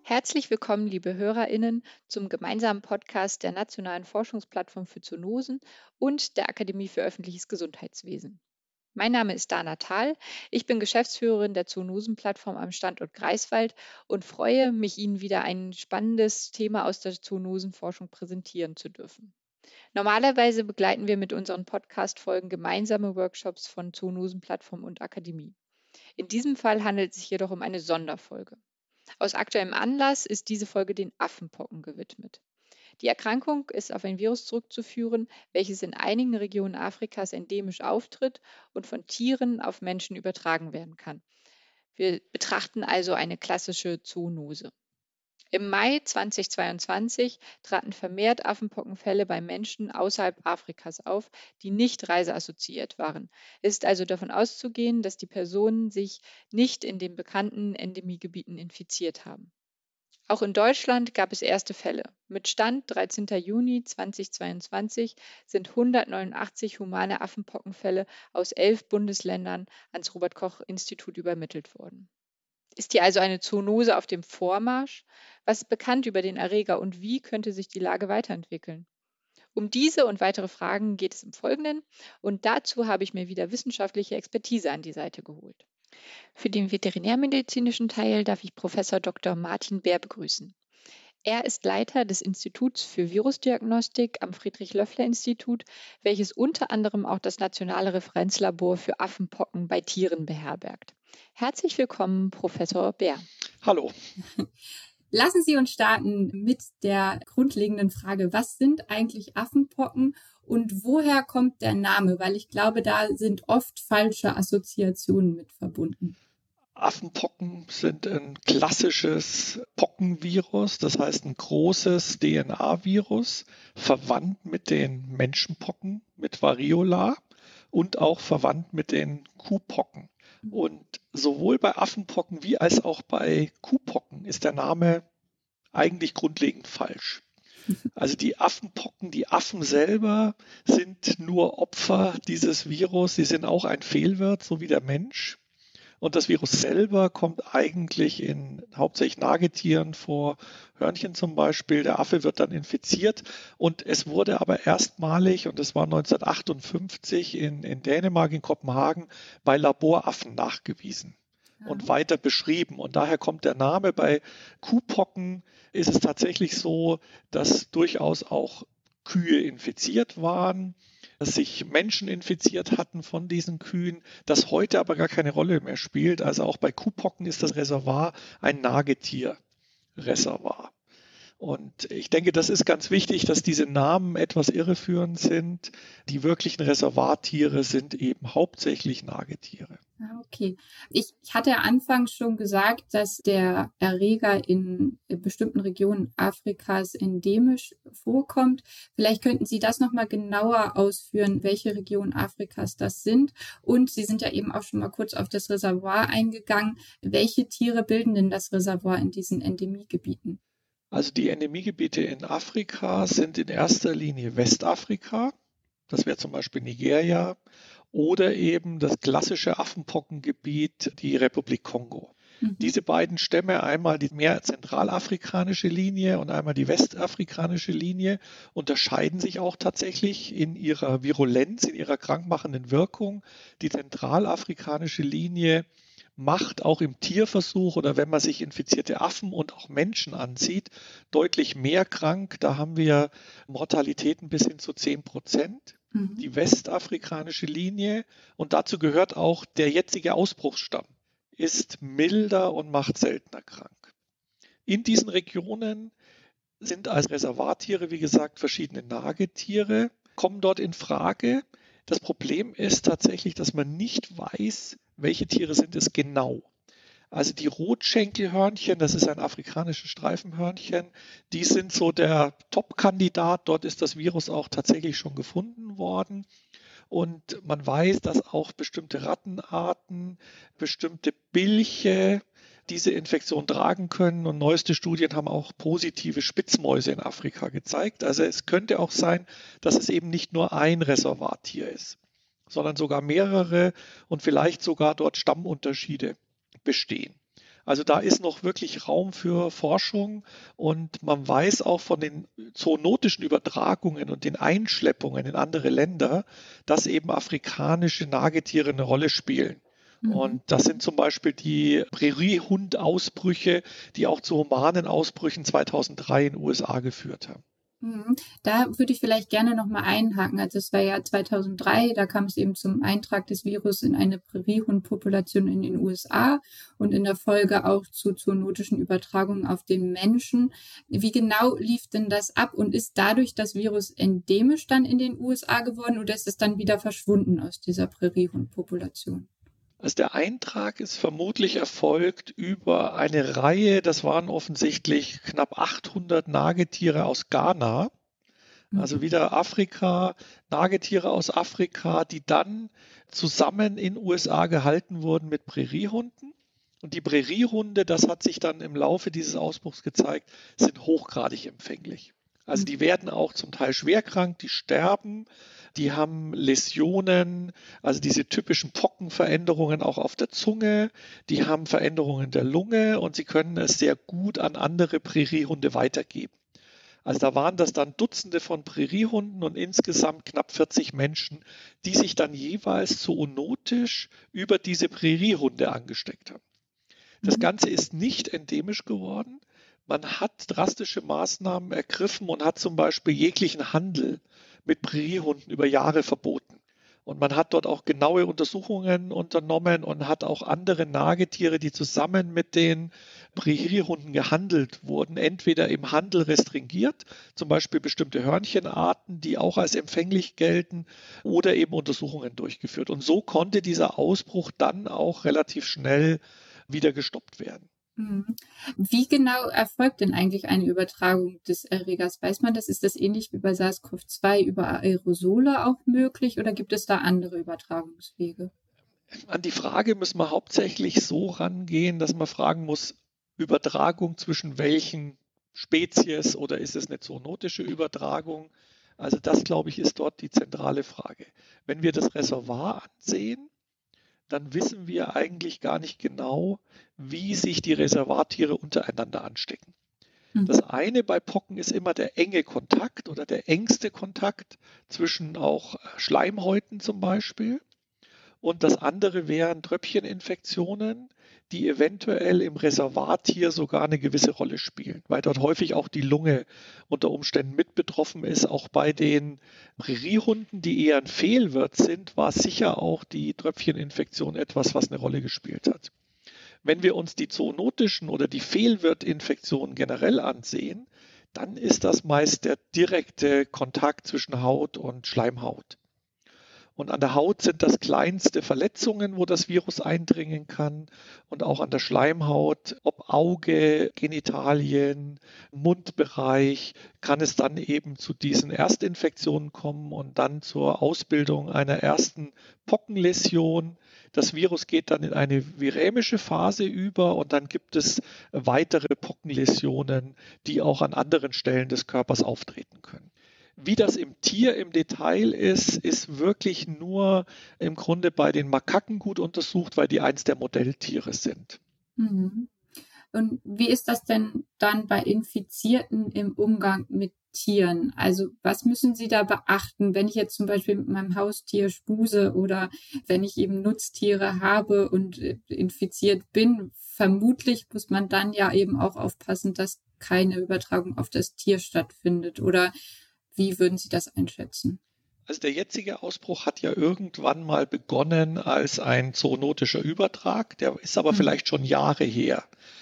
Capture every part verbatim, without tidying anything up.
Herzlich willkommen, liebe HörerInnen, zum gemeinsamen Podcast der Nationalen Forschungsplattform für Zoonosen und der Akademie für öffentliches Gesundheitswesen. Mein Name ist Dana Thal. Ich bin Geschäftsführerin der Zoonosen-Plattform am Standort Greifswald und freue mich, Ihnen wieder ein spannendes Thema aus der Zoonosenforschung präsentieren zu dürfen. Normalerweise begleiten wir mit unseren Podcast-Folgen gemeinsame Workshops von Zoonosen-Plattform und Akademie. In diesem Fall handelt es sich jedoch um eine Sonderfolge. Aus aktuellem Anlass ist diese Folge den Affenpocken gewidmet. Die Erkrankung ist auf ein Virus zurückzuführen, welches in einigen Regionen Afrikas endemisch auftritt und von Tieren auf Menschen übertragen werden kann. Wir betrachten also eine klassische Zoonose. Im Mai zweitausendzweiundzwanzig traten vermehrt Affenpockenfälle bei Menschen außerhalb Afrikas auf, die nicht reiseassoziiert waren. Es ist also davon auszugehen, dass die Personen sich nicht in den bekannten Endemiegebieten infiziert haben. Auch in Deutschland gab es erste Fälle. Mit Stand dreizehnten Juni zweitausendzweiundzwanzig sind hundertneunundachtzig humane Affenpockenfälle aus elf Bundesländern ans Robert-Koch-Institut übermittelt worden. Ist hier also eine Zoonose auf dem Vormarsch? Was ist bekannt über den Erreger und wie könnte sich die Lage weiterentwickeln? Um diese und weitere Fragen geht es im Folgenden und dazu habe ich mir wieder wissenschaftliche Expertise an die Seite geholt. Für den veterinärmedizinischen Teil darf ich Professor Doktor Martin Bär begrüßen. Er ist Leiter des Instituts für Virusdiagnostik am Friedrich-Loeffler-Institut, welches unter anderem auch das nationale Referenzlabor für Affenpocken bei Tieren beherbergt. Herzlich willkommen, Professor Bär. Hallo. Lassen Sie uns starten mit der grundlegenden Frage, was sind eigentlich Affenpocken und woher kommt der Name? Weil ich glaube, da sind oft falsche Assoziationen mit verbunden. Affenpocken sind ein klassisches Pockenvirus, das heißt ein großes D N A-Virus, verwandt mit den Menschenpocken, mit Variola und auch verwandt mit den Kuhpocken. Und sowohl bei Affenpocken wie als auch bei Kuhpocken ist der Name eigentlich grundlegend falsch. Also die Affenpocken, die Affen selber sind nur Opfer dieses Virus. Sie sind auch ein Fehlwirt, so wie der Mensch. Und das Virus selber kommt eigentlich in hauptsächlich Nagetieren vor, Hörnchen zum Beispiel. Der Affe wird dann infiziert und es wurde aber erstmalig, und das war neunzehnhundertachtundfünfzig in, in Dänemark, in Kopenhagen, bei Laboraffen nachgewiesen und weiter beschrieben. Und daher kommt der Name. Bei Kuhpocken ist es tatsächlich so, dass durchaus auch Kühe infiziert waren, dass sich Menschen infiziert hatten von diesen Kühen, das heute aber gar keine Rolle mehr spielt. Also auch bei Kuhpocken ist das Reservoir ein Nagetierreservoir. Und ich denke, das ist ganz wichtig, dass diese Namen etwas irreführend sind. Die wirklichen Reservoirtiere sind eben hauptsächlich Nagetiere. Okay. Ich, ich hatte ja anfangs schon gesagt, dass der Erreger in bestimmten Regionen Afrikas endemisch vorkommt. Vielleicht könnten Sie das nochmal genauer ausführen, welche Regionen Afrikas das sind. Und Sie sind ja eben auch schon mal kurz auf das Reservoir eingegangen. Welche Tiere bilden denn das Reservoir in diesen Endemiegebieten? Also die Endemiegebiete in Afrika sind in erster Linie Westafrika, das wäre zum Beispiel Nigeria, oder eben das klassische Affenpockengebiet, die Republik Kongo. Mhm. Diese beiden Stämme, einmal die mehr zentralafrikanische Linie und einmal die westafrikanische Linie, unterscheiden sich auch tatsächlich in ihrer Virulenz, in ihrer krankmachenden Wirkung. Die zentralafrikanische Linie macht auch im Tierversuch oder wenn man sich infizierte Affen und auch Menschen ansieht, deutlich mehr krank. Da haben wir Mortalitäten bis hin zu zehn Prozent. Mhm. Die westafrikanische Linie, und dazu gehört auch der jetzige Ausbruchsstamm, ist milder und macht seltener krank. In diesen Regionen sind als Reservoirtiere, wie gesagt, verschiedene Nagetiere, kommen dort in Frage. Das Problem ist tatsächlich, dass man nicht weiß, welche Tiere sind es genau. Also die Rotschenkelhörnchen, das ist ein afrikanisches Streifenhörnchen, die sind so der Top-Kandidat. Dort ist das Virus auch tatsächlich schon gefunden worden. Und man weiß, dass auch bestimmte Rattenarten, bestimmte Bilche diese Infektion tragen können. Und neueste Studien haben auch positive Spitzmäuse in Afrika gezeigt. Also es könnte auch sein, dass es eben nicht nur ein Reservoirtier ist, sondern sogar mehrere und vielleicht sogar dort Stammunterschiede bestehen. Also da ist noch wirklich Raum für Forschung und man weiß auch von den zoonotischen Übertragungen und den Einschleppungen in andere Länder, dass eben afrikanische Nagetiere eine Rolle spielen. Und das sind zum Beispiel die Präriehund-Ausbrüche, die auch zu humanen Ausbrüchen zweitausenddrei in den U S A geführt haben. Da würde ich vielleicht gerne nochmal einhaken. Also es war ja zweitausenddrei, da kam es eben zum Eintrag des Virus in eine Präriehundpopulation in den U S A und in der Folge auch zu zoonotischen Übertragungen auf den Menschen. Wie genau lief denn das ab und ist dadurch das Virus endemisch dann in den U S A geworden oder ist es dann wieder verschwunden aus dieser Präriehundpopulation? Also der Eintrag ist vermutlich erfolgt über eine Reihe, das waren offensichtlich knapp achthundert Nagetiere aus Ghana, also wieder Afrika, Nagetiere aus Afrika, die dann zusammen in den U S A gehalten wurden mit Präriehunden. Und die Präriehunde, das hat sich dann im Laufe dieses Ausbruchs gezeigt, sind hochgradig empfänglich. Also die werden auch zum Teil schwerkrank, die sterben, die haben Läsionen, also diese typischen Pockenveränderungen auch auf der Zunge, die haben Veränderungen der Lunge und sie können es sehr gut an andere Präriehunde weitergeben. Also da waren das dann Dutzende von Präriehunden und insgesamt knapp vierzig Menschen, die sich dann jeweils zoonotisch über diese Präriehunde angesteckt haben. Das Ganze ist nicht endemisch geworden. Man hat drastische Maßnahmen ergriffen und hat zum Beispiel jeglichen Handel mit Präriehunden über Jahre verboten. Und man hat dort auch genaue Untersuchungen unternommen und hat auch andere Nagetiere, die zusammen mit den Präriehunden gehandelt wurden, entweder im Handel restringiert, zum Beispiel bestimmte Hörnchenarten, die auch als empfänglich gelten, oder eben Untersuchungen durchgeführt. Und so konnte dieser Ausbruch dann auch relativ schnell wieder gestoppt werden. Wie genau erfolgt denn eigentlich eine Übertragung des Erregers? Weiß man das? Ist das ähnlich wie bei SARS-C o V zwei über Aerosole auch möglich oder gibt es da andere Übertragungswege? An die Frage müssen wir hauptsächlich so rangehen, dass man fragen muss, Übertragung zwischen welchen Spezies oder ist es eine zoonotische Übertragung? Also das, glaube ich, ist dort die zentrale Frage. Wenn wir das Reservoir ansehen, dann wissen wir eigentlich gar nicht genau, wie sich die Reservoirtiere untereinander anstecken. Das eine bei Pocken ist immer der enge Kontakt oder der engste Kontakt zwischen auch Schleimhäuten zum Beispiel. Und das andere wären Tröpfcheninfektionen, die eventuell im Reservoirtier sogar eine gewisse Rolle spielen, weil dort häufig auch die Lunge unter Umständen mit betroffen ist. Auch bei den Präriehunden, die eher ein Fehlwirt sind, war sicher auch die Tröpfcheninfektion etwas, was eine Rolle gespielt hat. Wenn wir uns die zoonotischen oder die Fehlwirtinfektionen generell ansehen, dann ist das meist der direkte Kontakt zwischen Haut und Schleimhaut. Und an der Haut sind das kleinste Verletzungen, wo das Virus eindringen kann. Und auch an der Schleimhaut, ob Auge, Genitalien, Mundbereich, kann es dann eben zu diesen Erstinfektionen kommen und dann zur Ausbildung einer ersten Pockenläsion. Das Virus geht dann in eine virämische Phase über und dann gibt es weitere Pockenläsionen, die auch an anderen Stellen des Körpers auftreten können. Wie das im Tier im Detail ist, ist wirklich nur im Grunde bei den Makaken gut untersucht, weil die eins der Modelltiere sind. Mhm. Und wie ist das denn dann bei Infizierten im Umgang mit Tieren? Also was müssen Sie da beachten, wenn ich jetzt zum Beispiel mit meinem Haustier spuse oder wenn ich eben Nutztiere habe und infiziert bin? Vermutlich muss man dann ja eben auch aufpassen, dass keine Übertragung auf das Tier stattfindet. Oder wie würden Sie das einschätzen? Also der jetzige Ausbruch hat ja irgendwann mal begonnen als ein zoonotischer Übertrag, der ist aber mhm. vielleicht schon Jahre her.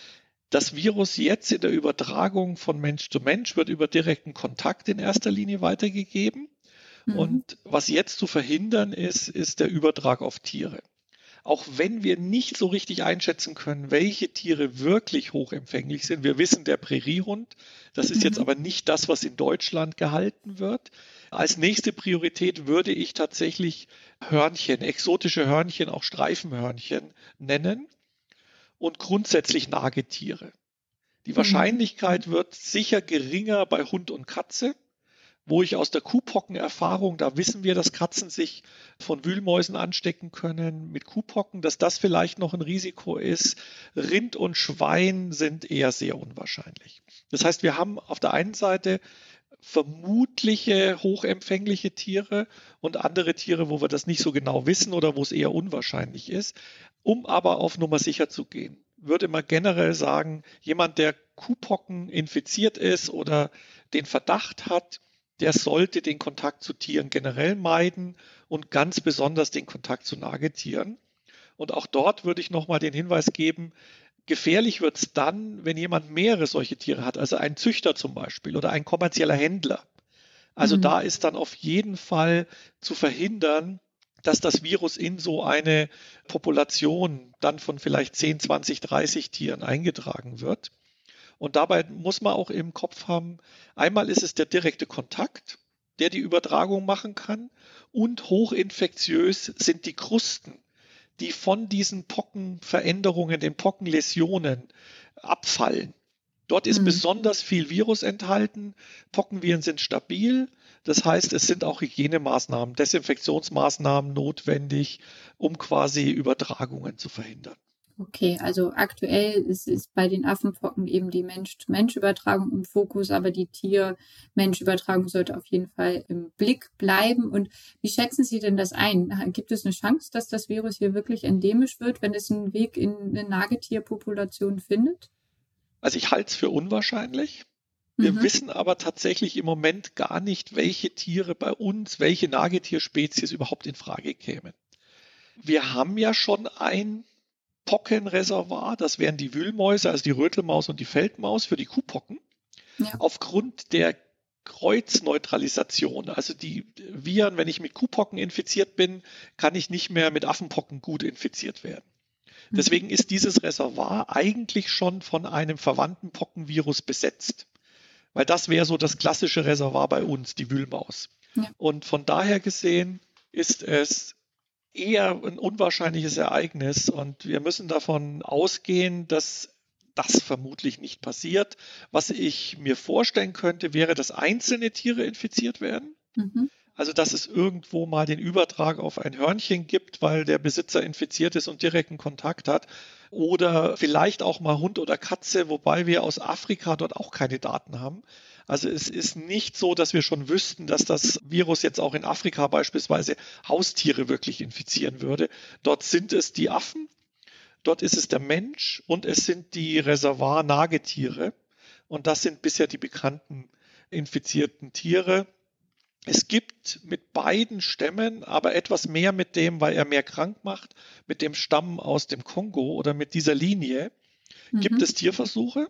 Das Virus jetzt in der Übertragung von Mensch zu Mensch wird über direkten Kontakt in erster Linie weitergegeben. Mhm. Und was jetzt zu verhindern ist, ist der Übertrag auf Tiere. Auch wenn wir nicht so richtig einschätzen können, welche Tiere wirklich hochempfänglich sind. Wir wissen, der Präriehund, das ist mhm. jetzt aber nicht das, was in Deutschland gehalten wird. Als nächste Priorität würde ich tatsächlich Hörnchen, exotische Hörnchen, auch Streifenhörnchen nennen und grundsätzlich Nagetiere. Die Wahrscheinlichkeit mhm. wird sicher geringer bei Hund und Katze, wo ich aus der Kuhpockenerfahrung, da wissen wir, dass Katzen sich von Wühlmäusen anstecken können mit Kuhpocken, dass das vielleicht noch ein Risiko ist. Rind und Schwein sind eher sehr unwahrscheinlich. Das heißt, wir haben auf der einen Seite vermutliche hochempfängliche Tiere und andere Tiere, wo wir das nicht so genau wissen oder wo es eher unwahrscheinlich ist. Um aber auf Nummer sicher zu gehen, würde man generell sagen, jemand, der Kuhpocken infiziert ist oder den Verdacht hat, der sollte den Kontakt zu Tieren generell meiden und ganz besonders den Kontakt zu Nagetieren. Und auch dort würde ich nochmal den Hinweis geben, gefährlich wird es dann, wenn jemand mehrere solche Tiere hat, also ein Züchter zum Beispiel oder ein kommerzieller Händler. Also mhm. da ist dann auf jeden Fall zu verhindern, dass das Virus in so eine Population dann von vielleicht zehn, zwanzig, dreißig Tieren eingetragen wird. Und dabei muss man auch im Kopf haben, einmal ist es der direkte Kontakt, der die Übertragung machen kann, und hochinfektiös sind die Krusten, die von diesen Pockenveränderungen, den Pockenläsionen abfallen. Dort ist mhm. besonders viel Virus enthalten. Pockenviren sind stabil. Das heißt, es sind auch Hygienemaßnahmen, Desinfektionsmaßnahmen notwendig, um quasi Übertragungen zu verhindern. Okay, also aktuell ist, ist bei den Affenpocken eben die Mensch-zu-Mensch-Übertragung im Fokus, aber die Tier-Mensch-Übertragung sollte auf jeden Fall im Blick bleiben. Und wie schätzen Sie denn das ein? Gibt es eine Chance, dass das Virus hier wirklich endemisch wird, wenn es einen Weg in eine Nagetierpopulation findet? Also ich halte es für unwahrscheinlich. Wir mhm. wissen aber tatsächlich im Moment gar nicht, welche Tiere bei uns, welche Nagetierspezies überhaupt in Frage kämen. Wir haben ja schon ein Pockenreservoir, das wären die Wühlmäuse, also die Rötelmaus und die Feldmaus für die Kuhpocken. Ja. Aufgrund der Kreuzneutralisation, also die Viren, wenn ich mit Kuhpocken infiziert bin, kann ich nicht mehr mit Affenpocken gut infiziert werden. Mhm. Deswegen ist dieses Reservoir eigentlich schon von einem verwandten Pockenvirus besetzt. Weil das wäre so das klassische Reservoir bei uns, die Wühlmaus. Ja. Und von daher gesehen ist es eher ein unwahrscheinliches Ereignis und wir müssen davon ausgehen, dass das vermutlich nicht passiert. Was ich mir vorstellen könnte, wäre, dass einzelne Tiere infiziert werden. Mhm. Also dass es irgendwo mal den Übertrag auf ein Hörnchen gibt, weil der Besitzer infiziert ist und direkten Kontakt hat. Oder vielleicht auch mal Hund oder Katze, wobei wir aus Afrika dort auch keine Daten haben. Also es ist nicht so, dass wir schon wüssten, dass das Virus jetzt auch in Afrika beispielsweise Haustiere wirklich infizieren würde. Dort sind es die Affen, dort ist es der Mensch und es sind die Reservoir-Nagetiere. Und das sind bisher die bekannten infizierten Tiere. Es gibt mit beiden Stämmen aber etwas mehr mit dem, weil er mehr krank macht, mit dem Stamm aus dem Kongo oder mit dieser Linie, mhm. gibt es Tierversuche.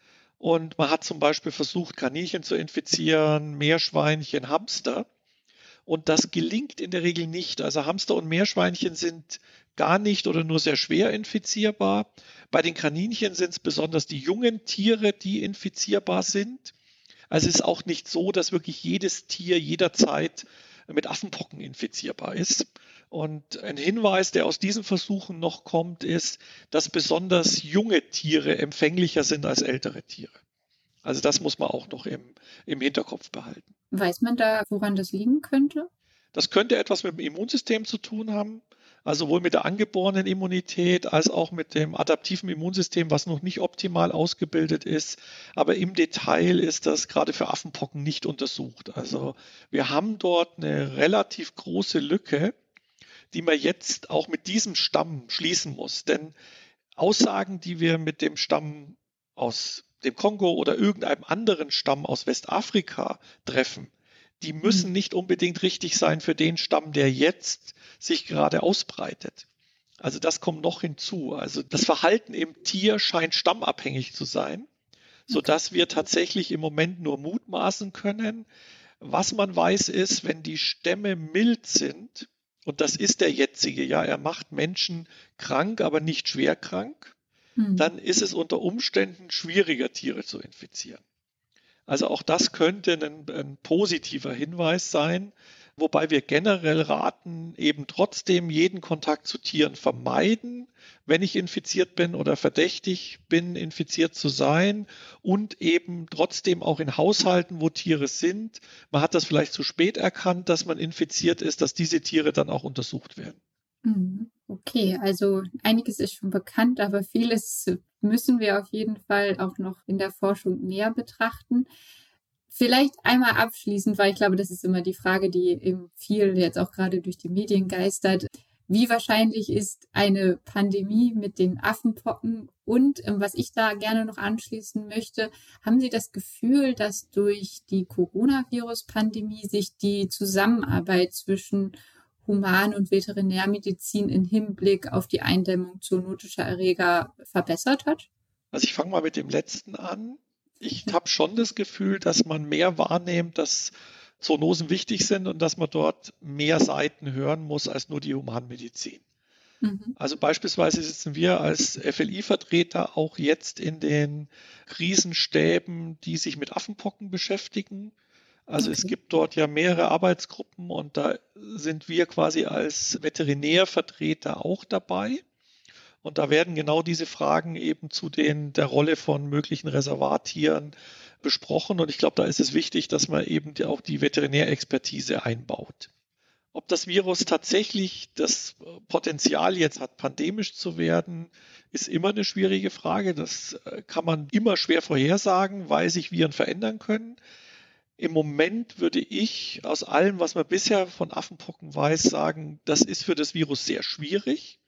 Und man hat zum Beispiel versucht, Kaninchen zu infizieren, Meerschweinchen, Hamster. Und das gelingt in der Regel nicht. Also Hamster und Meerschweinchen sind gar nicht oder nur sehr schwer infizierbar. Bei den Kaninchen sind es besonders die jungen Tiere, die infizierbar sind. Also es ist auch nicht so, dass wirklich jedes Tier jederzeit mit Affenpocken infizierbar ist. Und ein Hinweis, der aus diesen Versuchen noch kommt, ist, dass besonders junge Tiere empfänglicher sind als ältere Tiere. Also das muss man auch noch im, im Hinterkopf behalten. Weiß man da, woran das liegen könnte? Das könnte etwas mit dem Immunsystem zu tun haben. Also sowohl mit der angeborenen Immunität als auch mit dem adaptiven Immunsystem, was noch nicht optimal ausgebildet ist. Aber im Detail ist das gerade für Affenpocken nicht untersucht. Also wir haben dort eine relativ große Lücke, die man jetzt auch mit diesem Stamm schließen muss. Denn Aussagen, die wir mit dem Stamm aus dem Kongo oder irgendeinem anderen Stamm aus Westafrika treffen, die müssen nicht unbedingt richtig sein für den Stamm, der jetzt sich gerade ausbreitet. Also das kommt noch hinzu. Also das Verhalten im Tier scheint stammabhängig zu sein, sodass wir tatsächlich im Moment nur mutmaßen können. Was man weiß ist, wenn die Stämme mild sind, und das ist der jetzige, ja, er macht Menschen krank, aber nicht schwer krank, hm. dann ist es unter Umständen schwieriger, Tiere zu infizieren. Also auch das könnte ein, ein positiver Hinweis sein, wobei wir generell raten, eben trotzdem jeden Kontakt zu Tieren vermeiden, wenn ich infiziert bin oder verdächtig bin, infiziert zu sein, und eben trotzdem auch in Haushalten, wo Tiere sind, man hat das vielleicht zu spät erkannt, dass man infiziert ist, dass diese Tiere dann auch untersucht werden. Mhm. Okay, also einiges ist schon bekannt, aber vieles müssen wir auf jeden Fall auch noch in der Forschung näher betrachten. Vielleicht einmal abschließend, weil ich glaube, das ist immer die Frage, die eben viel jetzt auch gerade durch die Medien geistert. Wie wahrscheinlich ist eine Pandemie mit den Affenpocken? Und ähm, was ich da gerne noch anschließen möchte, haben Sie das Gefühl, dass durch die Coronavirus-Pandemie sich die Zusammenarbeit zwischen Human- und Veterinärmedizin im Hinblick auf die Eindämmung zoonotischer Erreger verbessert hat? Also ich fange mal mit dem letzten an. Ich habe schon das Gefühl, dass man mehr wahrnimmt, dass Zoonosen wichtig sind und dass man dort mehr Seiten hören muss als nur die Humanmedizin. Mhm. Also beispielsweise sitzen wir als F L I-Vertreter auch jetzt in den Krisenstäben, die sich mit Affenpocken beschäftigen. Also okay. Es gibt dort ja mehrere Arbeitsgruppen und da sind wir quasi als Veterinärvertreter auch dabei. Und da werden genau diese Fragen eben zu den, der Rolle von möglichen Reservattieren besprochen. Und ich glaube, da ist es wichtig, dass man eben die, auch die Veterinärexpertise einbaut. Ob das Virus tatsächlich das Potenzial jetzt hat, pandemisch zu werden, ist immer eine schwierige Frage. Das kann man immer schwer vorhersagen, weil sich Viren verändern können. Im Moment würde ich aus allem, was man bisher von Affenpocken weiß, sagen, das ist für das Virus sehr schwierig.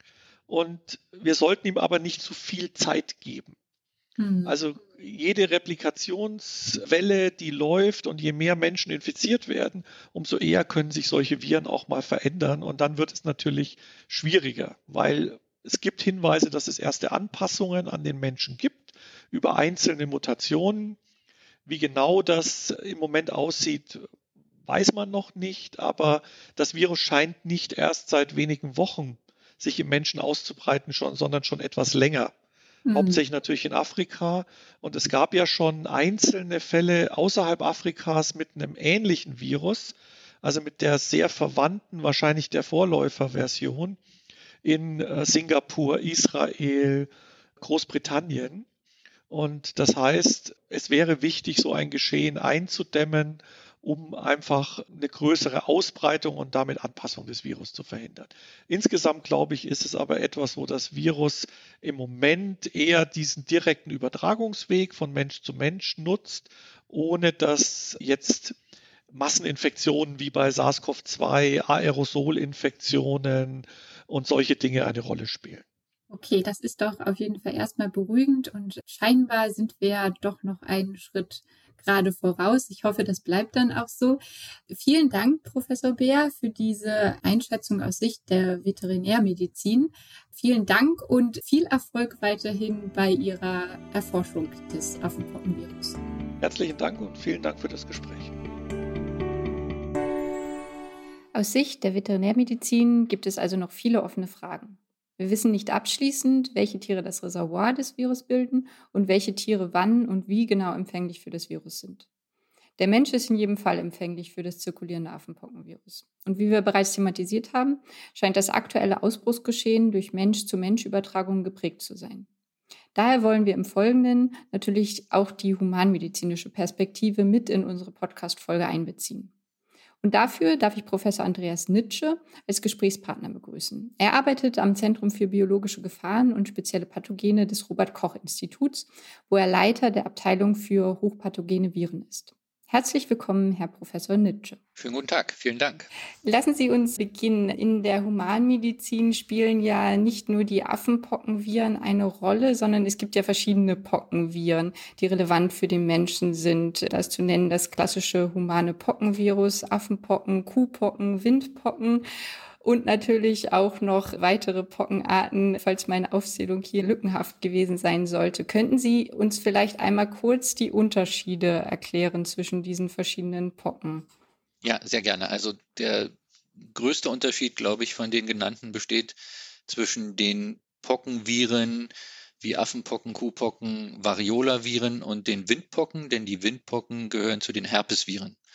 Und wir sollten ihm aber nicht zu viel Zeit geben. Mhm. Also jede Replikationswelle, die läuft und je mehr Menschen infiziert werden, umso eher können sich solche Viren auch mal verändern. Und dann wird es natürlich schwieriger, weil es gibt Hinweise, dass es erste Anpassungen an den Menschen gibt über einzelne Mutationen. Wie genau das im Moment aussieht, weiß man noch nicht. Aber das Virus scheint nicht erst seit wenigen Wochen sich im Menschen auszubreiten, schon, sondern schon etwas länger. Mhm. Hauptsächlich natürlich in Afrika. Und es gab ja schon einzelne Fälle außerhalb Afrikas mit einem ähnlichen Virus, also mit der sehr verwandten, wahrscheinlich der Vorläuferversion in Singapur, Israel, Großbritannien. Und das heißt, es wäre wichtig, so ein Geschehen einzudämmen, um einfach eine größere Ausbreitung und damit Anpassung des Virus zu verhindern. Insgesamt, glaube ich, ist es aber etwas, wo das Virus im Moment eher diesen direkten Übertragungsweg von Mensch zu Mensch nutzt, ohne dass jetzt Masseninfektionen wie bei SARS-C o V zwei, Aerosolinfektionen und solche Dinge eine Rolle spielen. Okay, das ist doch auf jeden Fall erstmal beruhigend und scheinbar sind wir ja doch noch einen Schritt gerade voraus. Ich hoffe, das bleibt dann auch so. Vielen Dank, Professor Beer, für diese Einschätzung aus Sicht der Veterinärmedizin. Vielen Dank und viel Erfolg weiterhin bei Ihrer Erforschung des Affenpockenvirus. Herzlichen Dank und vielen Dank für das Gespräch. Aus Sicht der Veterinärmedizin gibt es also noch viele offene Fragen. Wir wissen nicht abschließend, welche Tiere das Reservoir des Virus bilden und welche Tiere wann und wie genau empfänglich für das Virus sind. Der Mensch ist in jedem Fall empfänglich für das zirkulierende Affenpockenvirus. Und wie wir bereits thematisiert haben, scheint das aktuelle Ausbruchsgeschehen durch Mensch-zu-Mensch-Übertragung geprägt zu sein. Daher wollen wir im Folgenden natürlich auch die humanmedizinische Perspektive mit in unsere Podcast-Folge einbeziehen. Und dafür darf ich Professor Andreas Nitsche als Gesprächspartner begrüßen. Er arbeitet am Zentrum für biologische Gefahren und spezielle Pathogene des Robert-Koch-Instituts, wo er Leiter der Abteilung für hochpathogene Viren ist. Herzlich willkommen, Herr Professor Nitsche. Schönen guten Tag, vielen Dank. Lassen Sie uns beginnen. In der Humanmedizin spielen ja nicht nur die Affenpockenviren eine Rolle, sondern es gibt ja verschiedene Pockenviren, die relevant für den Menschen sind. Da ist zu nennen das klassische humane Pockenvirus, Affenpocken, Kuhpocken, Windpocken. Und natürlich auch noch weitere Pockenarten, falls meine Aufzählung hier lückenhaft gewesen sein sollte. Könnten Sie uns vielleicht einmal kurz die Unterschiede erklären zwischen diesen verschiedenen Pocken? Ja, sehr gerne. Also der größte Unterschied, glaube ich, von den genannten besteht zwischen den Pockenviren wie Affenpocken, Kuhpocken, Variola-Viren und den Windpocken, denn die Windpocken gehören zu den Herpesviren.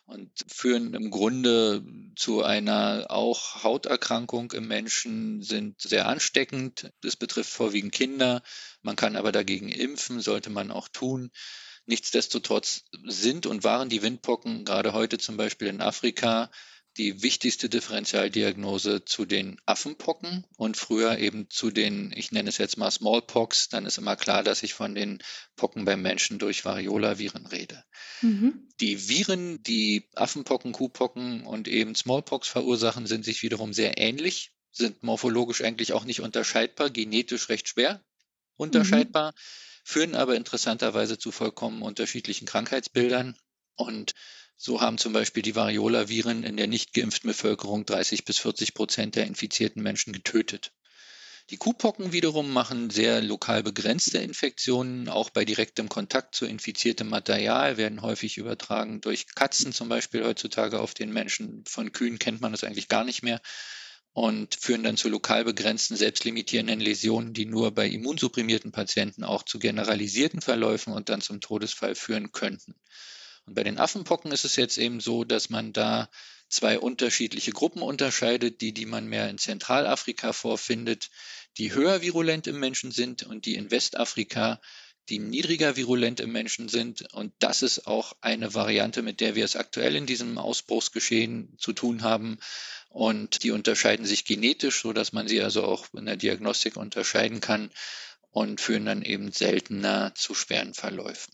und führen im Grunde zu einer auch Hauterkrankung im Menschen, sind sehr ansteckend. Das betrifft vorwiegend Kinder. Man kann aber dagegen impfen, sollte man auch tun. Nichtsdestotrotz sind und waren die Windpocken gerade heute zum Beispiel in Afrika die wichtigste Differentialdiagnose zu den Affenpocken und früher eben zu den, ich nenne es jetzt mal Smallpox. Dann ist immer klar, dass ich von den Pocken beim Menschen durch Variola-Viren rede. Mhm. Die Viren, die Affenpocken, Kuhpocken und eben Smallpox verursachen, sind sich wiederum sehr ähnlich, sind morphologisch eigentlich auch nicht unterscheidbar, genetisch recht schwer unterscheidbar, mhm. führen aber interessanterweise zu vollkommen unterschiedlichen Krankheitsbildern. Und so haben zum Beispiel die Variola-Viren in der nicht geimpften Bevölkerung dreißig bis vierzig Prozent der infizierten Menschen getötet. Die Kuhpocken wiederum machen sehr lokal begrenzte Infektionen. Auch bei direktem Kontakt zu infiziertem Material werden häufig übertragen durch Katzen zum Beispiel heutzutage auf den Menschen. Von Kühen kennt man das eigentlich gar nicht mehr und führen dann zu lokal begrenzten, selbstlimitierenden Läsionen, die nur bei immunsupprimierten Patienten auch zu generalisierten Verläufen und dann zum Todesfall führen könnten. Und bei den Affenpocken ist es jetzt eben so, dass man da zwei unterschiedliche Gruppen unterscheidet, die, die man mehr in Zentralafrika vorfindet, die höher virulent im Menschen sind und die in Westafrika, die niedriger virulent im Menschen sind. Und das ist auch eine Variante, mit der wir es aktuell in diesem Ausbruchsgeschehen zu tun haben. Und die unterscheiden sich genetisch, sodass man sie also auch in der Diagnostik unterscheiden kann und führen dann eben seltener zu schweren Verläufen.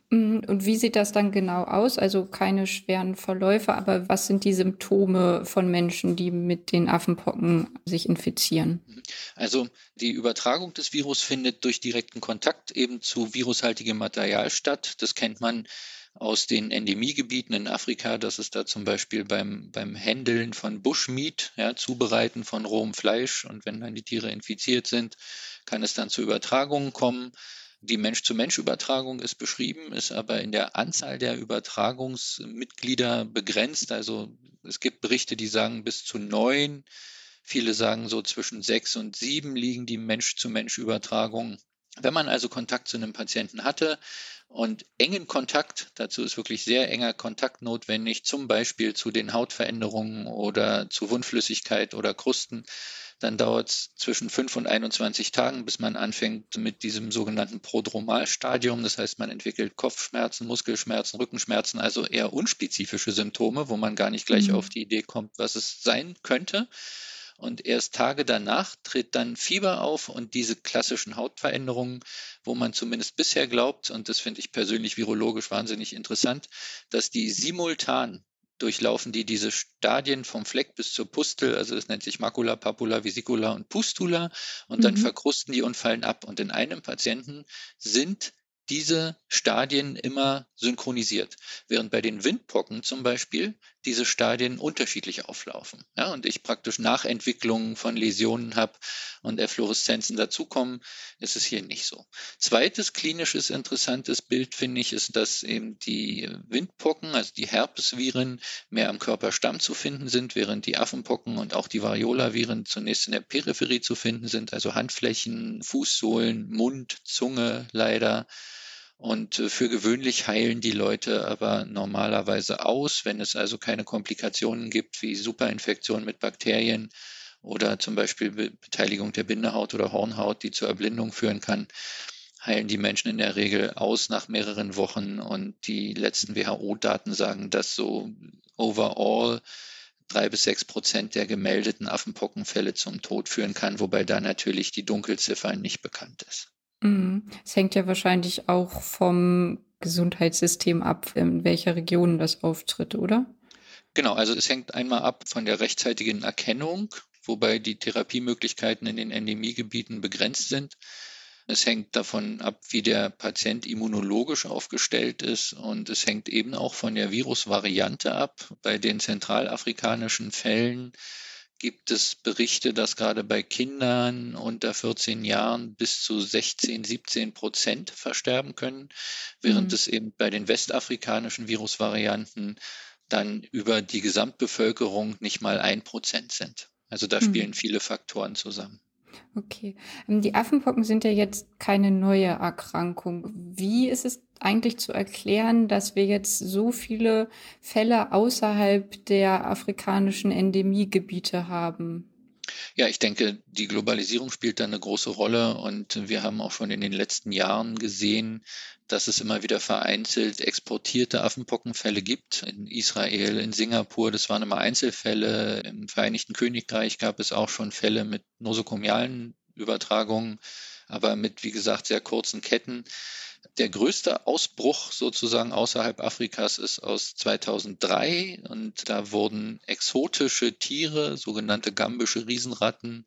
Und wie sieht das dann genau aus? Also keine schweren Verläufe, aber was sind die Symptome von Menschen, die mit den Affenpocken sich infizieren? Also die Übertragung des Virus findet durch direkten Kontakt eben zu virushaltigem Material statt. Das kennt man aus den Endemiegebieten in Afrika, dass es da zum Beispiel beim, beim Händeln von Bushmeat, ja, Zubereiten von rohem Fleisch, und wenn dann die Tiere infiziert sind, kann es dann zu Übertragungen kommen. Die Mensch-zu-Mensch-Übertragung ist beschrieben, ist aber in der Anzahl der Übertragungsmitglieder begrenzt. Also es gibt Berichte, die sagen bis zu neun. Viele sagen so zwischen sechs und sieben liegen die Mensch-zu-Mensch-Übertragungen. Wenn man also Kontakt zu einem Patienten hatte und engen Kontakt, dazu ist wirklich sehr enger Kontakt notwendig, zum Beispiel zu den Hautveränderungen oder zu Wundflüssigkeit oder Krusten, dann dauert es zwischen fünf und einundzwanzig Tagen, bis man anfängt mit diesem sogenannten Prodromalstadium. Das heißt, man entwickelt Kopfschmerzen, Muskelschmerzen, Rückenschmerzen, also eher unspezifische Symptome, wo man gar nicht gleich mhm. auf die Idee kommt, was es sein könnte. Und erst Tage danach tritt dann Fieber auf und diese klassischen Hautveränderungen, wo man zumindest bisher glaubt, und das finde ich persönlich virologisch wahnsinnig interessant, dass die simultan durchlaufen die diese Stadien vom Fleck bis zur Pustel, also das nennt sich Macula, Papula, Vesicula und Pustula, und mhm. dann verkrusten die und fallen ab. Und in einem Patienten sind diese Stadien immer synchronisiert, während bei den Windpocken zum Beispiel diese Stadien unterschiedlich auflaufen. Ja, und ich praktisch Nachentwicklungen von Läsionen habe und Effloreszenzen dazukommen, ist es hier nicht so. Zweites klinisches interessantes Bild, finde ich, ist, dass eben die Windpocken, also die Herpesviren, mehr am Körperstamm zu finden sind, während die Affenpocken und auch die Variola-Viren zunächst in der Peripherie zu finden sind, also Handflächen, Fußsohlen, Mund, Zunge leider. Und für gewöhnlich heilen die Leute aber normalerweise aus, wenn es also keine Komplikationen gibt wie Superinfektionen mit Bakterien oder zum Beispiel Beteiligung der Bindehaut oder Hornhaut, die zur Erblindung führen kann, heilen die Menschen in der Regel aus nach mehreren Wochen. Und die letzten W H O-Daten sagen, dass so overall drei bis sechs Prozent der gemeldeten Affenpockenfälle zum Tod führen kann, wobei da natürlich die Dunkelziffer nicht bekannt ist. Es hängt ja wahrscheinlich auch vom Gesundheitssystem ab, in welcher Region das auftritt, oder? Genau, also es hängt einmal ab von der rechtzeitigen Erkennung, wobei die Therapiemöglichkeiten in den Endemiegebieten begrenzt sind. Es hängt davon ab, wie der Patient immunologisch aufgestellt ist, und es hängt eben auch von der Virusvariante ab. Bei den zentralafrikanischen Fällen gibt es Berichte, dass gerade bei Kindern unter vierzehn Jahren bis zu sechzehn, siebzehn Prozent versterben können, während mhm. es eben bei den westafrikanischen Virusvarianten dann über die Gesamtbevölkerung nicht mal ein Prozent sind. Also da spielen mhm. viele Faktoren zusammen. Okay. Die Affenpocken sind ja jetzt keine neue Erkrankung. Wie ist es eigentlich zu erklären, dass wir jetzt so viele Fälle außerhalb der afrikanischen Endemiegebiete haben? Ja, ich denke, die Globalisierung spielt da eine große Rolle und wir haben auch schon in den letzten Jahren gesehen, dass es immer wieder vereinzelt exportierte Affenpockenfälle gibt. In Israel, in Singapur, das waren immer Einzelfälle. Im Vereinigten Königreich gab es auch schon Fälle mit nosokomialen Übertragungen, aber mit, wie gesagt, sehr kurzen Ketten. Der größte Ausbruch sozusagen außerhalb Afrikas ist aus zweitausenddrei und da wurden exotische Tiere, sogenannte gambische Riesenratten,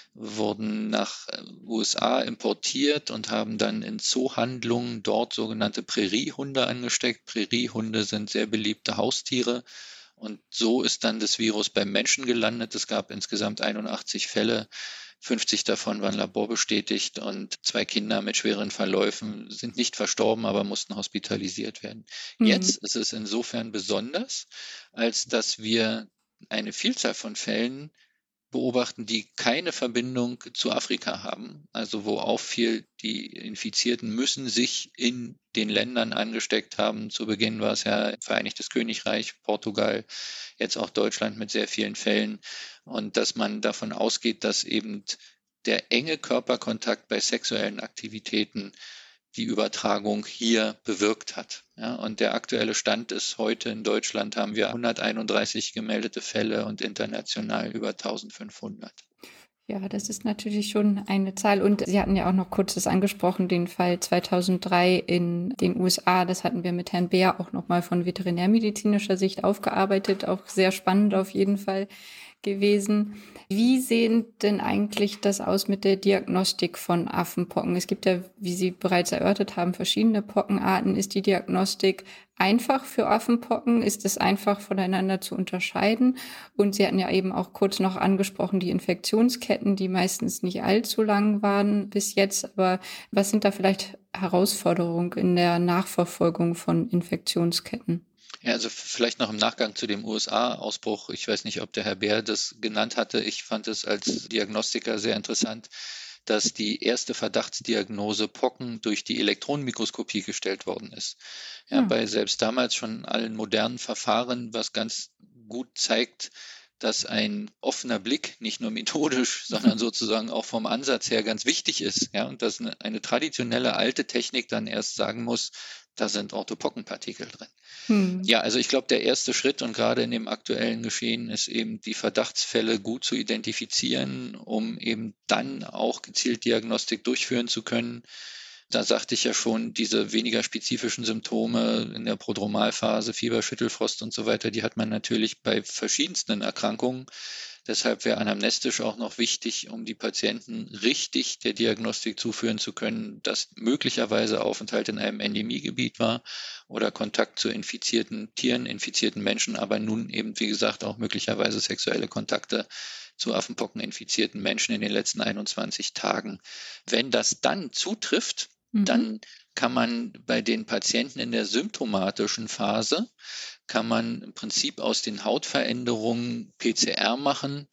wurden nach U S A importiert und haben dann in Zoohandlungen dort sogenannte Präriehunde angesteckt. Präriehunde sind sehr beliebte Haustiere und so ist dann das Virus beim Menschen gelandet. Es gab insgesamt einundachtzig Fälle. fünfzig davon waren laborbestätigt und zwei Kinder mit schweren Verläufen sind nicht verstorben, aber mussten hospitalisiert werden. Mhm. Jetzt ist es insofern besonders, als dass wir eine Vielzahl von Fällen beobachten, die keine Verbindung zu Afrika haben, also wo auffiel, die Infizierten müssen sich in den Ländern angesteckt haben. Zu Beginn war es ja Vereinigtes Königreich, Portugal, jetzt auch Deutschland mit sehr vielen Fällen und dass man davon ausgeht, dass eben der enge Körperkontakt bei sexuellen Aktivitäten die Übertragung hier bewirkt hat. Ja, und der aktuelle Stand ist, heute in Deutschland haben wir hunderteinunddreißig gemeldete Fälle und international über eintausendfünfhundert. Ja, das ist natürlich schon eine Zahl. Und Sie hatten ja auch noch kurz das angesprochen, den Fall zweitausenddrei in den U S A. Das hatten wir mit Herrn Beer auch nochmal von veterinärmedizinischer Sicht aufgearbeitet. Auch sehr spannend auf jeden Fall gewesen. Wie sehen denn eigentlich das aus mit der Diagnostik von Affenpocken? Es gibt ja, wie Sie bereits erörtert haben, verschiedene Pockenarten. Ist die Diagnostik einfach für Affenpocken? Ist es einfach voneinander zu unterscheiden? Und Sie hatten ja eben auch kurz noch angesprochen, die Infektionsketten, die meistens nicht allzu lang waren bis jetzt. Aber was sind da vielleicht Herausforderungen in der Nachverfolgung von Infektionsketten? Ja, also vielleicht noch im Nachgang zu dem U S A-Ausbruch. Ich weiß nicht, ob der Herr Beer das genannt hatte. Ich fand es als Diagnostiker sehr interessant, dass die erste Verdachtsdiagnose Pocken durch die Elektronenmikroskopie gestellt worden ist. Ja, hm. Bei selbst damals schon allen modernen Verfahren, was ganz gut zeigt, dass ein offener Blick nicht nur methodisch, sondern sozusagen auch vom Ansatz her ganz wichtig ist. Ja, und dass eine, eine traditionelle alte Technik dann erst sagen muss, da sind Orthopockenpartikel drin. Hm. Ja, also ich glaube, der erste Schritt und gerade in dem aktuellen Geschehen ist eben die Verdachtsfälle gut zu identifizieren, um eben dann auch gezielt Diagnostik durchführen zu können. Da sagte ich ja schon, diese weniger spezifischen Symptome in der Prodromalphase, Fieber, Schüttelfrost und so weiter, die hat man natürlich bei verschiedensten Erkrankungen. Deshalb wäre anamnestisch auch noch wichtig, um die Patienten richtig der Diagnostik zuführen zu können, dass möglicherweise Aufenthalt in einem Endemiegebiet war oder Kontakt zu infizierten Tieren, infizierten Menschen, aber nun eben, wie gesagt, auch möglicherweise sexuelle Kontakte zu Affenpocken-infizierten Menschen in den letzten einundzwanzig Tagen. Wenn das dann zutrifft, mhm. dann kann man bei den Patienten in der symptomatischen Phase, kann man im Prinzip aus den Hautveränderungen P C R machen.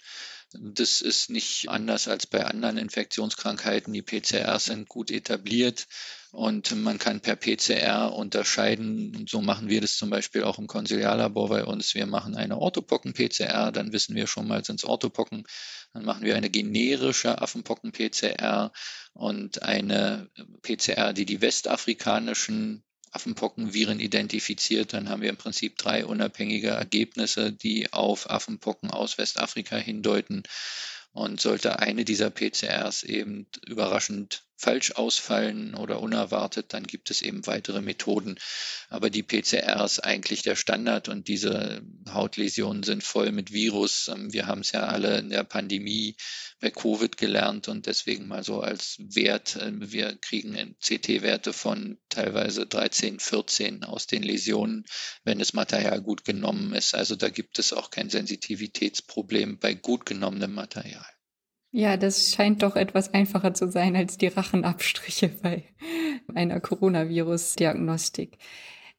Das ist nicht anders als bei anderen Infektionskrankheiten. Die P C Rs sind gut etabliert und man kann per P C R unterscheiden. Und so machen wir das zum Beispiel auch im Konsiliarlabor bei uns. Wir machen eine Orthopocken-P C R, dann wissen wir schon mal, sind es Orthopocken. Dann machen wir eine generische Affenpocken-P C R und eine P C R, die die westafrikanischen Affenpockenviren identifiziert. Dann haben wir im Prinzip drei unabhängige Ergebnisse, die auf Affenpocken aus Westafrika hindeuten. Und sollte eine dieser P C Rs eben überraschend falsch ausfallen oder unerwartet, dann gibt es eben weitere Methoden. Aber die P C R ist eigentlich der Standard und diese Hautläsionen sind voll mit Virus. Wir haben es ja alle in der Pandemie bei Covid gelernt und deswegen mal so als Wert. Wir kriegen C T-Werte von teilweise dreizehn, vierzehn aus den Läsionen, wenn das Material gut genommen ist. Also da gibt es auch kein Sensitivitätsproblem bei gut genommenem Material. Ja, das scheint doch etwas einfacher zu sein als die Rachenabstriche bei einer Coronavirus-Diagnostik.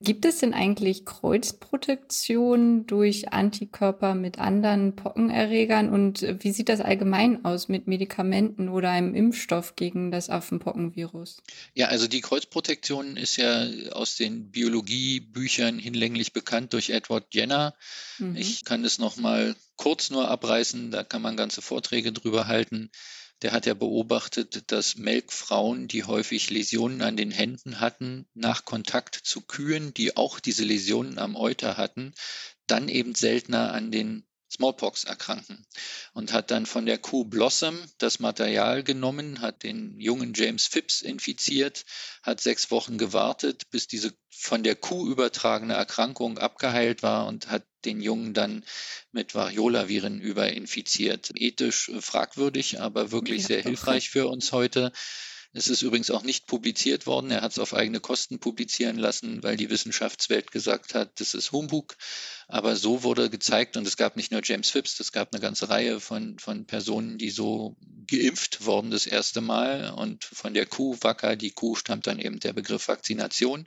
Gibt es denn eigentlich Kreuzprotektion durch Antikörper mit anderen Pockenerregern? Und wie sieht das allgemein aus mit Medikamenten oder einem Impfstoff gegen das Affenpockenvirus? Ja, also die Kreuzprotektion ist ja aus den Biologiebüchern hinlänglich bekannt durch Edward Jenner. Mhm. Ich kann es noch mal kurz nur abreißen, da kann man ganze Vorträge drüber halten. Der hat ja beobachtet, dass Melkfrauen, die häufig Läsionen an den Händen hatten, nach Kontakt zu Kühen, die auch diese Läsionen am Euter hatten, dann eben seltener an den Smallpox erkranken und hat dann von der Kuh Blossom das Material genommen, hat den jungen James Phipps infiziert, hat sechs Wochen gewartet, bis diese von der Kuh übertragene Erkrankung abgeheilt war und hat den Jungen dann mit Variola-Viren überinfiziert. Ethisch fragwürdig, aber wirklich ja, sehr hilfreich für uns heute. Es ist übrigens auch nicht publiziert worden. Er hat es auf eigene Kosten publizieren lassen, weil die Wissenschaftswelt gesagt hat, das ist Humbug. Aber so wurde gezeigt, und es gab nicht nur James Phipps, es gab eine ganze Reihe von, von Personen, die so geimpft wurden das erste Mal. Und von der Kuh, Wacker, die Kuh, stammt dann eben der Begriff Vakzination.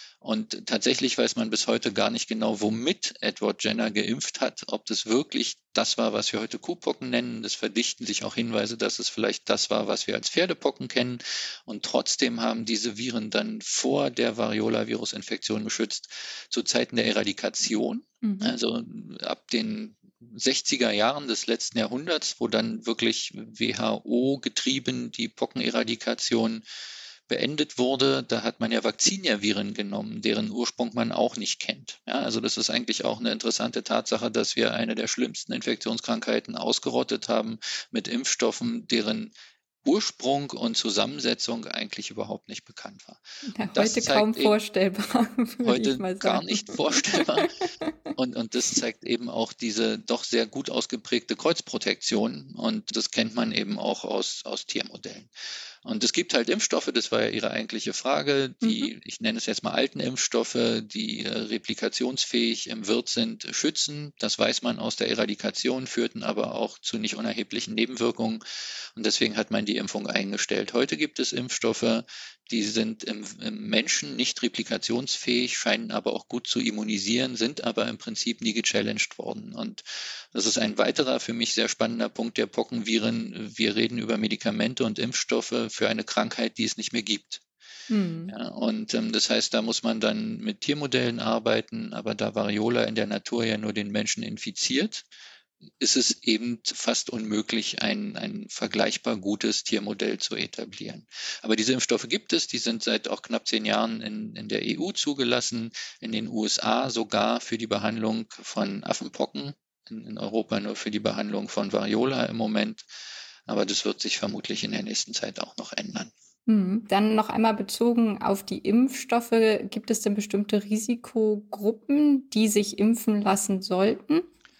Und tatsächlich weiß man bis heute gar nicht genau, womit Edward Jenner geimpft hat, ob das wirklich das war, was wir heute Kuhpocken nennen. Es verdichten sich auch Hinweise, dass es vielleicht das war, was wir als Pferdepocken kennen. Und trotzdem haben diese Viren dann vor der Variola-Virus-Infektion geschützt. Zu Zeiten der Eradikation, mhm. also ab den sechziger Jahren des letzten Jahrhunderts, wo dann wirklich W H O-getrieben die Pockeneradikation beendet wurde, da hat man ja Vaccinia-Viren genommen, deren Ursprung man auch nicht kennt. Ja, also das ist eigentlich auch eine interessante Tatsache, dass wir eine der schlimmsten Infektionskrankheiten ausgerottet haben mit Impfstoffen, deren Ursprung und Zusammensetzung eigentlich überhaupt nicht bekannt war. Ja, heute kaum vorstellbar. Heute ich mal gar nicht vorstellbar. Und, und das zeigt eben auch diese doch sehr gut ausgeprägte Kreuzprotektion. Und das kennt man eben auch aus, aus Tiermodellen. Und es gibt halt Impfstoffe, das war ja Ihre eigentliche Frage, die, mhm. ich nenne es jetzt mal alten Impfstoffe, die äh, replikationsfähig im Wirt sind, schützen. Das weiß man aus der Eradikation, führten aber auch zu nicht unerheblichen Nebenwirkungen. Und deswegen hat man die Impfung eingestellt. Heute gibt es Impfstoffe, die sind im, im Menschen nicht replikationsfähig, scheinen aber auch gut zu immunisieren, sind aber im Prinzip nie gechallenged worden. Und das ist ein weiterer für mich sehr spannender Punkt der Pockenviren. Wir reden über Medikamente und Impfstoffe für eine Krankheit, die es nicht mehr gibt. Hm. Ja, und ähm, das heißt, da muss man dann mit Tiermodellen arbeiten, aber da Variola in der Natur ja nur den Menschen infiziert, ist es eben fast unmöglich, ein, ein vergleichbar gutes Tiermodell zu etablieren. Aber diese Impfstoffe gibt es, die sind seit auch knapp zehn Jahren in, in der E U zugelassen, in den U S A sogar für die Behandlung von Affenpocken, in, in Europa nur für die Behandlung von Variola im Moment. Aber das wird sich vermutlich in der nächsten Zeit auch noch ändern. Dann noch einmal bezogen auf die Impfstoffe. Gibt es denn bestimmte Risikogruppen, die sich impfen lassen sollten?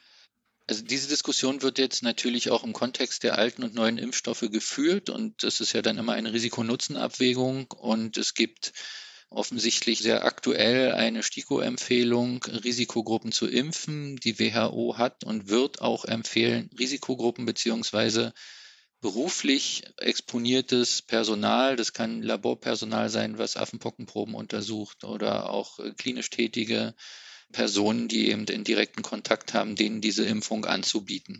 Also diese Diskussion wird jetzt natürlich auch im Kontext der alten und neuen Impfstoffe geführt. Und das ist ja dann immer eine Risiko-Nutzen-Abwägung. Und es gibt offensichtlich sehr aktuell eine STIKO-Empfehlung, Risikogruppen zu impfen. Die W H O hat und wird auch empfehlen, Risikogruppen beziehungsweise beruflich exponiertes Personal, das kann Laborpersonal sein, was Affenpockenproben untersucht oder auch klinisch tätige Personen, die eben in direkten Kontakt haben, denen diese Impfung anzubieten.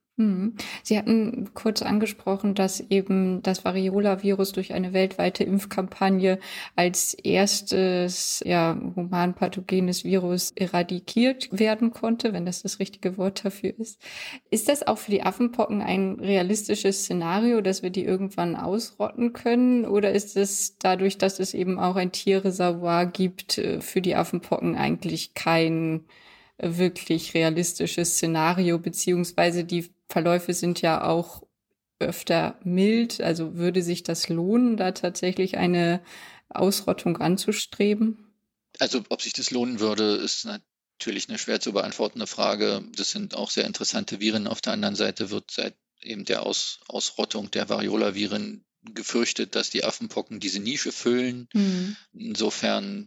Sie hatten kurz angesprochen, dass eben das Variola-Virus durch eine weltweite Impfkampagne als erstes ja, humanpathogenes Virus eradikiert werden konnte, wenn das das richtige Wort dafür ist. Ist das auch für die Affenpocken ein realistisches Szenario, dass wir die irgendwann ausrotten können? Oder ist es dadurch, dass es eben auch ein Tierreservoir gibt, für die Affenpocken eigentlich kein wirklich realistisches Szenario, beziehungsweise die Verläufe sind ja auch öfter mild. Also würde sich das lohnen, da tatsächlich eine Ausrottung anzustreben? Also ob sich das lohnen würde, ist natürlich eine schwer zu beantwortende Frage. Das sind auch sehr interessante Viren. Auf der anderen Seite wird seit eben der Aus, Ausrottung der Variola-Viren gefürchtet, dass die Affenpocken diese Nische füllen. Mhm. Insofern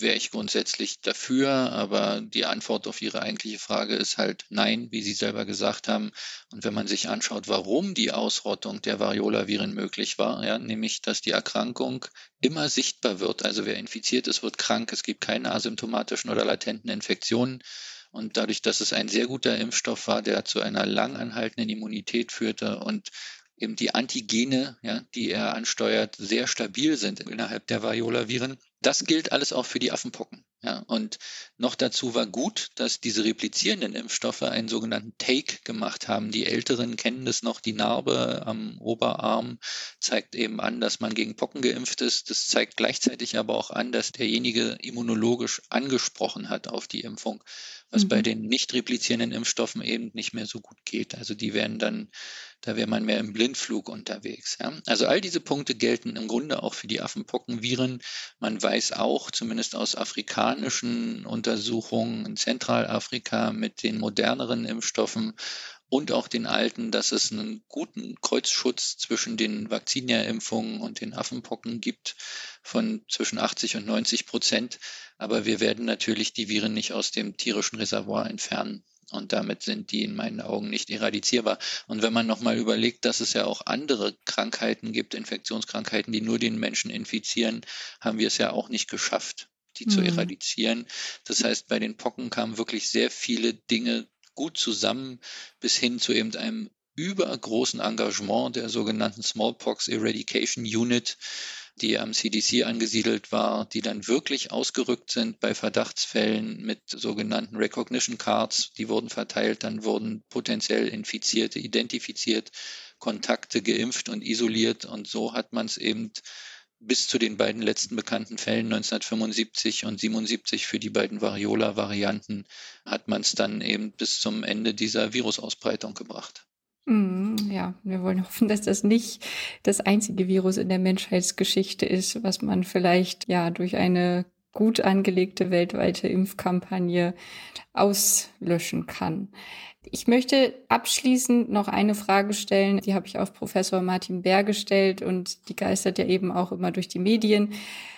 wäre ich grundsätzlich dafür, aber die Antwort auf Ihre eigentliche Frage ist halt nein, wie Sie selber gesagt haben. Und wenn man sich anschaut, warum die Ausrottung der Variola-Viren möglich war, ja, nämlich, dass die Erkrankung immer sichtbar wird. Also wer infiziert ist, wird krank. Es gibt keine asymptomatischen oder latenten Infektionen. Und dadurch, dass es ein sehr guter Impfstoff war, der zu einer lang anhaltenden Immunität führte und eben die Antigene, ja, die er ansteuert, sehr stabil sind innerhalb der Variola-Viren. Das gilt alles auch für die Affenpocken. Ja. Und noch dazu war gut, dass diese replizierenden Impfstoffe einen sogenannten Take gemacht haben. Die Älteren kennen das noch, die Narbe am Oberarm zeigt eben an, dass man gegen Pocken geimpft ist. Das zeigt gleichzeitig aber auch an, dass derjenige immunologisch angesprochen hat auf die Impfung, was mhm. bei den nicht replizierenden Impfstoffen eben nicht mehr so gut geht. Also die werden dann, da wäre man mehr im Blindflug unterwegs. Ja. Also all diese Punkte gelten im Grunde auch für die Affenpockenviren. Man weiß auch, zumindest aus afrikanischen Untersuchungen in Zentralafrika mit den moderneren Impfstoffen und auch den alten, dass es einen guten Kreuzschutz zwischen den Vaccinia-Impfungen und den Affenpocken gibt von zwischen achtzig und neunzig Prozent. Aber wir werden natürlich die Viren nicht aus dem tierischen Reservoir entfernen. Und damit sind die in meinen Augen nicht eradizierbar. Und wenn man nochmal überlegt, dass es ja auch andere Krankheiten gibt, Infektionskrankheiten, die nur den Menschen infizieren, haben wir es ja auch nicht geschafft, die mhm. zu eradizieren. Das heißt, bei den Pocken kamen wirklich sehr viele Dinge gut zusammen, bis hin zu eben einem übergroßen Engagement der sogenannten Smallpox Eradication Unit, die am C D C angesiedelt war, die dann wirklich ausgerückt sind bei Verdachtsfällen mit sogenannten Recognition Cards. Die wurden verteilt, dann wurden potenziell Infizierte identifiziert, Kontakte geimpft und isoliert. Und so hat man es eben bis zu den beiden letzten bekannten Fällen neunzehnhundertfünfundsiebzig und siebenundsiebzig für die beiden Variola-Varianten hat man es dann eben bis zum Ende dieser Virusausbreitung gebracht. Ja, wir wollen hoffen, dass das nicht das einzige Virus in der Menschheitsgeschichte ist, was man vielleicht ja durch eine gut angelegte weltweite Impfkampagne auslöschen kann. Ich möchte abschließend noch eine Frage stellen, die habe ich auf Professor Martin Baer gestellt und die geistert ja eben auch immer durch die Medien.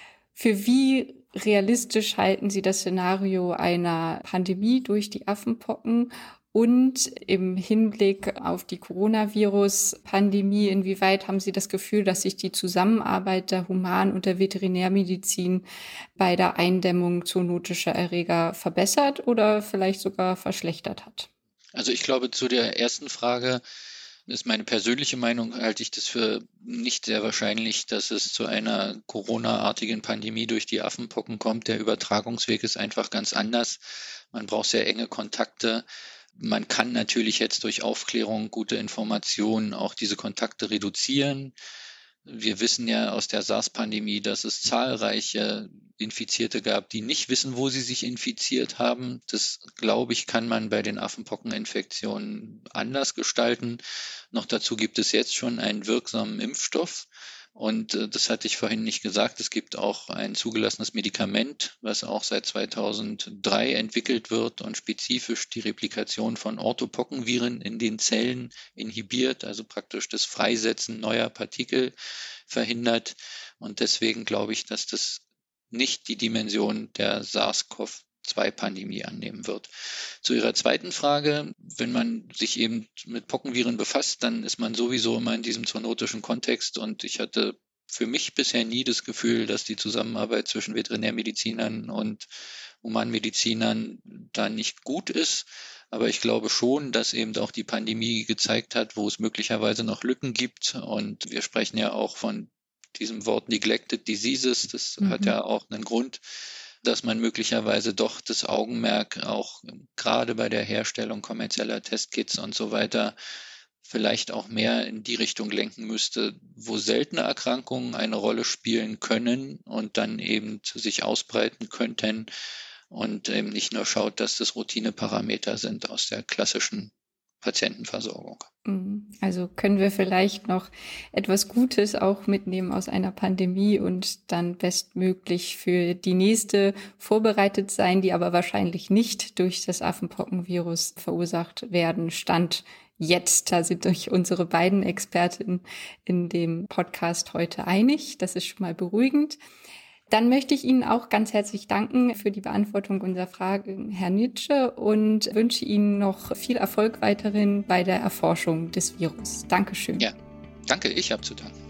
Für wie realistisch halten Sie das Szenario einer Pandemie durch die Affenpocken? Und im Hinblick auf die Coronavirus-Pandemie, inwieweit haben Sie das Gefühl, dass sich die Zusammenarbeit der Human- und der Veterinärmedizin bei der Eindämmung zoonotischer Erreger verbessert oder vielleicht sogar verschlechtert hat? Also ich glaube, zu der ersten Frage ist meine persönliche Meinung, halte ich das für nicht sehr wahrscheinlich, dass es zu einer Corona-artigen Pandemie durch die Affenpocken kommt. Der Übertragungsweg ist einfach ganz anders. Man braucht sehr enge Kontakte. Man kann natürlich jetzt durch Aufklärung, gute Informationen auch diese Kontakte reduzieren. Wir wissen ja aus der SARS-Pandemie, dass es zahlreiche Infizierte gab, die nicht wissen, wo sie sich infiziert haben. Das, glaube ich, kann man bei den Affenpockeninfektionen anders gestalten. Noch dazu gibt es jetzt schon einen wirksamen Impfstoff. Und äh, das hatte ich vorhin nicht gesagt, es gibt auch ein zugelassenes Medikament, was auch seit zweitausenddrei entwickelt wird und spezifisch die Replikation von Orthopockenviren in den Zellen inhibiert, also praktisch das Freisetzen neuer Partikel verhindert. Und deswegen glaube ich, dass das nicht die Dimension der SARS-C o V zwei Pandemie annehmen wird. Zu Ihrer zweiten Frage, wenn man sich eben mit Pockenviren befasst, dann ist man sowieso immer in diesem zoonotischen Kontext und ich hatte für mich bisher nie das Gefühl, dass die Zusammenarbeit zwischen Veterinärmedizinern und Humanmedizinern da nicht gut ist. Aber ich glaube schon, dass eben auch die Pandemie gezeigt hat, wo es möglicherweise noch Lücken gibt. Und wir sprechen ja auch von diesem Wort Neglected Diseases. Das mhm. hat ja auch einen Grund, dass man möglicherweise doch das Augenmerk auch gerade bei der Herstellung kommerzieller Testkits und so weiter vielleicht auch mehr in die Richtung lenken müsste, wo seltene Erkrankungen eine Rolle spielen können und dann eben sich ausbreiten könnten und eben nicht nur schaut, dass das Routineparameter sind aus der klassischen Patientenversorgung. Also können wir vielleicht noch etwas Gutes auch mitnehmen aus einer Pandemie und dann bestmöglich für die nächste vorbereitet sein, die aber wahrscheinlich nicht durch das Affenpockenvirus verursacht werden. Stand jetzt, da sind sich unsere beiden Expertinnen in dem Podcast heute einig. Das ist schon mal beruhigend. Dann möchte ich Ihnen auch ganz herzlich danken für die Beantwortung unserer Fragen, Herr Nitsche, und wünsche Ihnen noch viel Erfolg weiterhin bei der Erforschung des Virus. Dankeschön. Ja, danke, ich habe zu danken.